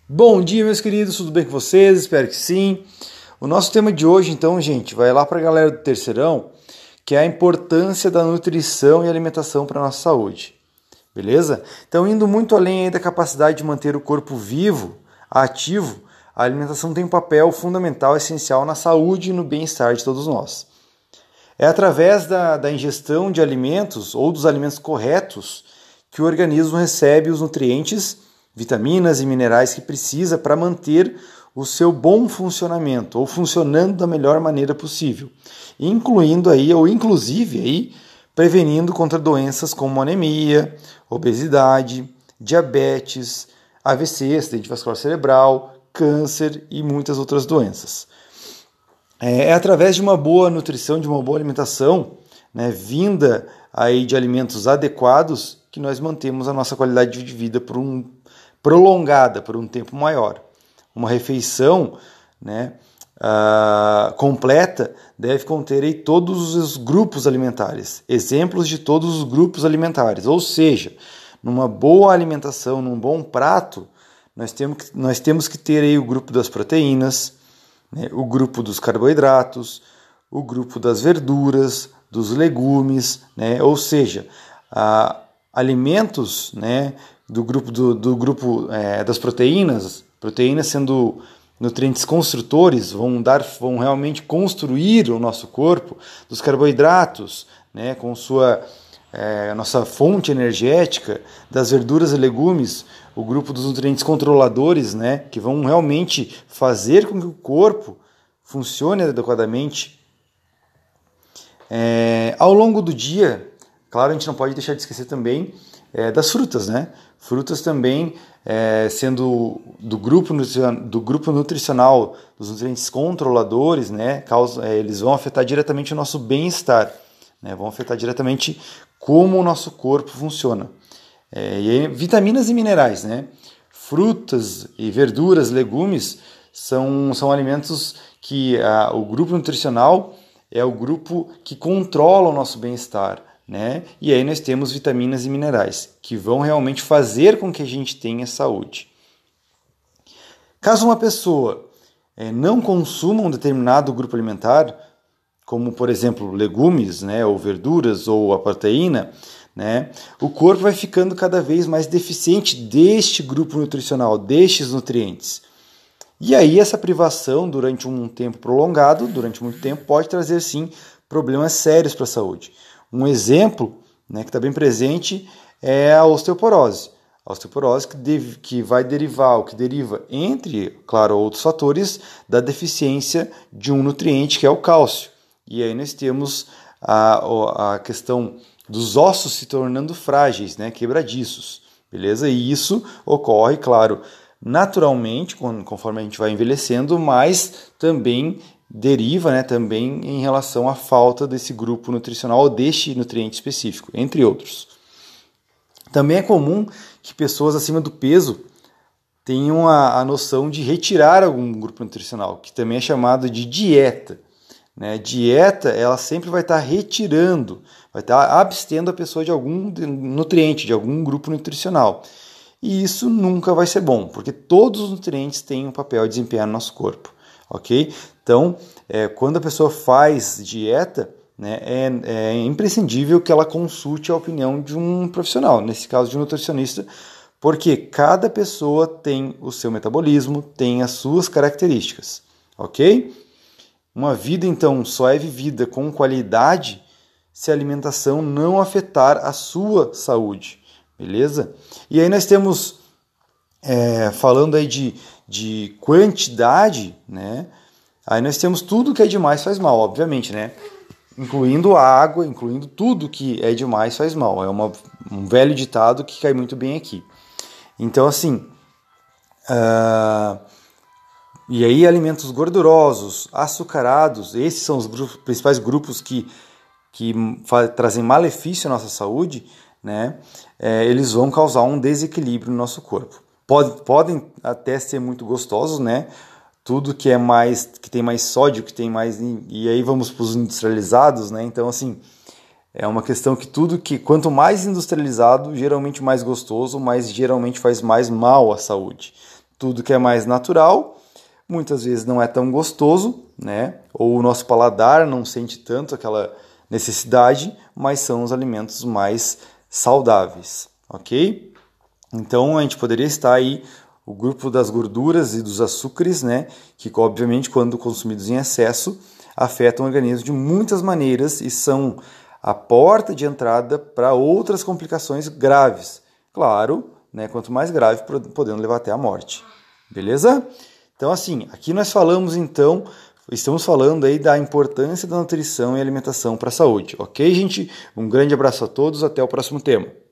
Bom dia, meus queridos, tudo bem com vocês? Espero que sim. O nosso tema de hoje, então, gente, vai lá para a galera do terceirão, que é a importância da nutrição e alimentação para a nossa saúde. Beleza? Então, indo muito além aí da capacidade de manter o corpo vivo, ativo, a alimentação tem um papel fundamental, essencial na saúde e no bem-estar de todos nós. É através da ingestão de alimentos ou dos alimentos corretos que o organismo recebe os nutrientes, vitaminas e minerais que precisa para manter o seu bom funcionamento ou funcionando da melhor maneira possível, incluindo aí ou inclusive aí prevenindo contra doenças como anemia, obesidade, diabetes, AVC, acidente vascular cerebral, câncer e muitas outras doenças. É através de uma boa nutrição, de uma boa alimentação, né, vinda aí de alimentos adequados, que nós mantemos a nossa qualidade de vida prolongada, por um tempo maior. Uma refeição, né, completa deve conter aí todos os grupos alimentares, exemplos de todos os grupos alimentares, ou seja, numa boa alimentação, num bom prato, nós temos que ter aí o grupo das proteínas, né, o grupo dos carboidratos, o grupo das verduras, dos legumes, né, ou seja, alimentos, né, do grupo das proteínas sendo nutrientes construtores, vão realmente construir o nosso corpo, dos carboidratos, né, com nossa fonte energética, das verduras e legumes, o grupo dos nutrientes controladores, né, que vão realmente fazer com que o corpo funcione adequadamente. Ao longo do dia, claro, a gente não pode deixar de esquecer também das frutas, né? Frutas também, sendo do grupo nutricional dos nutrientes controladores, né? Eles vão afetar diretamente o nosso bem-estar, né? Vão afetar diretamente como o nosso corpo funciona. Vitaminas e minerais, né? Frutas e verduras, legumes, são alimentos que o grupo nutricional é o grupo que controla o nosso bem-estar, né? E aí nós temos vitaminas e minerais, que vão realmente fazer com que a gente tenha saúde. Caso uma pessoa não consuma um determinado grupo alimentar, como por exemplo legumes, né, ou verduras, ou a proteína, né, o corpo vai ficando cada vez mais deficiente deste grupo nutricional, destes nutrientes. E aí essa privação durante um tempo prolongado, durante muito tempo, pode trazer sim problemas sérios para a saúde. Um exemplo, né, que está bem presente é a osteoporose. A osteoporose que vai derivar, o que deriva, entre, claro, outros fatores, da deficiência de um nutriente que é o cálcio. E aí nós temos a questão dos ossos se tornando frágeis, né, quebradiços, beleza? E isso ocorre, claro, naturalmente, conforme a gente vai envelhecendo, mas também deriva, né, também em relação à falta desse grupo nutricional ou deste nutriente específico, entre outros. Também é comum que pessoas acima do peso tenham a noção de retirar algum grupo nutricional, que também é chamado de dieta, né? Dieta, ela sempre vai estar retirando, vai estar abstendo a pessoa de algum nutriente, de algum grupo nutricional. E isso nunca vai ser bom, porque todos os nutrientes têm um papel a desempenhar no nosso corpo, ok? Então, quando a pessoa faz dieta, né, é imprescindível que ela consulte a opinião de um profissional, nesse caso de um nutricionista, porque cada pessoa tem o seu metabolismo, tem as suas características, ok? Uma vida, então, só é vivida com qualidade se a alimentação não afetar a sua saúde, beleza? E aí nós temos, falando aí de quantidade, né? Aí nós temos tudo que é demais faz mal, obviamente, né? Incluindo a água, incluindo tudo que é demais faz mal. É um velho ditado que cai muito bem aqui. Então, assim, e aí alimentos gordurosos, açucarados, esses são os principais grupos que trazem malefício à nossa saúde, né? Eles vão causar um desequilíbrio no nosso corpo. Podem até ser muito gostosos, né? Tudo que tem mais sódio, que tem mais... E aí vamos para os industrializados, né? Então, assim, é uma questão que quanto mais industrializado, geralmente mais gostoso, mas geralmente faz mais mal à saúde. Tudo que é mais natural, muitas vezes não é tão gostoso, né? Ou o nosso paladar não sente tanto aquela necessidade, mas são os alimentos mais saudáveis, ok? Então a gente poderia estar aí o grupo das gorduras e dos açúcares, né? Que obviamente quando consumidos em excesso afetam o organismo de muitas maneiras e são a porta de entrada para outras complicações graves. Claro, né, quanto mais grave, podendo levar até a morte. Beleza? Então, assim, aqui nós estamos falando aí da importância da nutrição e alimentação para a saúde. Ok, gente? Um grande abraço a todos, até o próximo tema.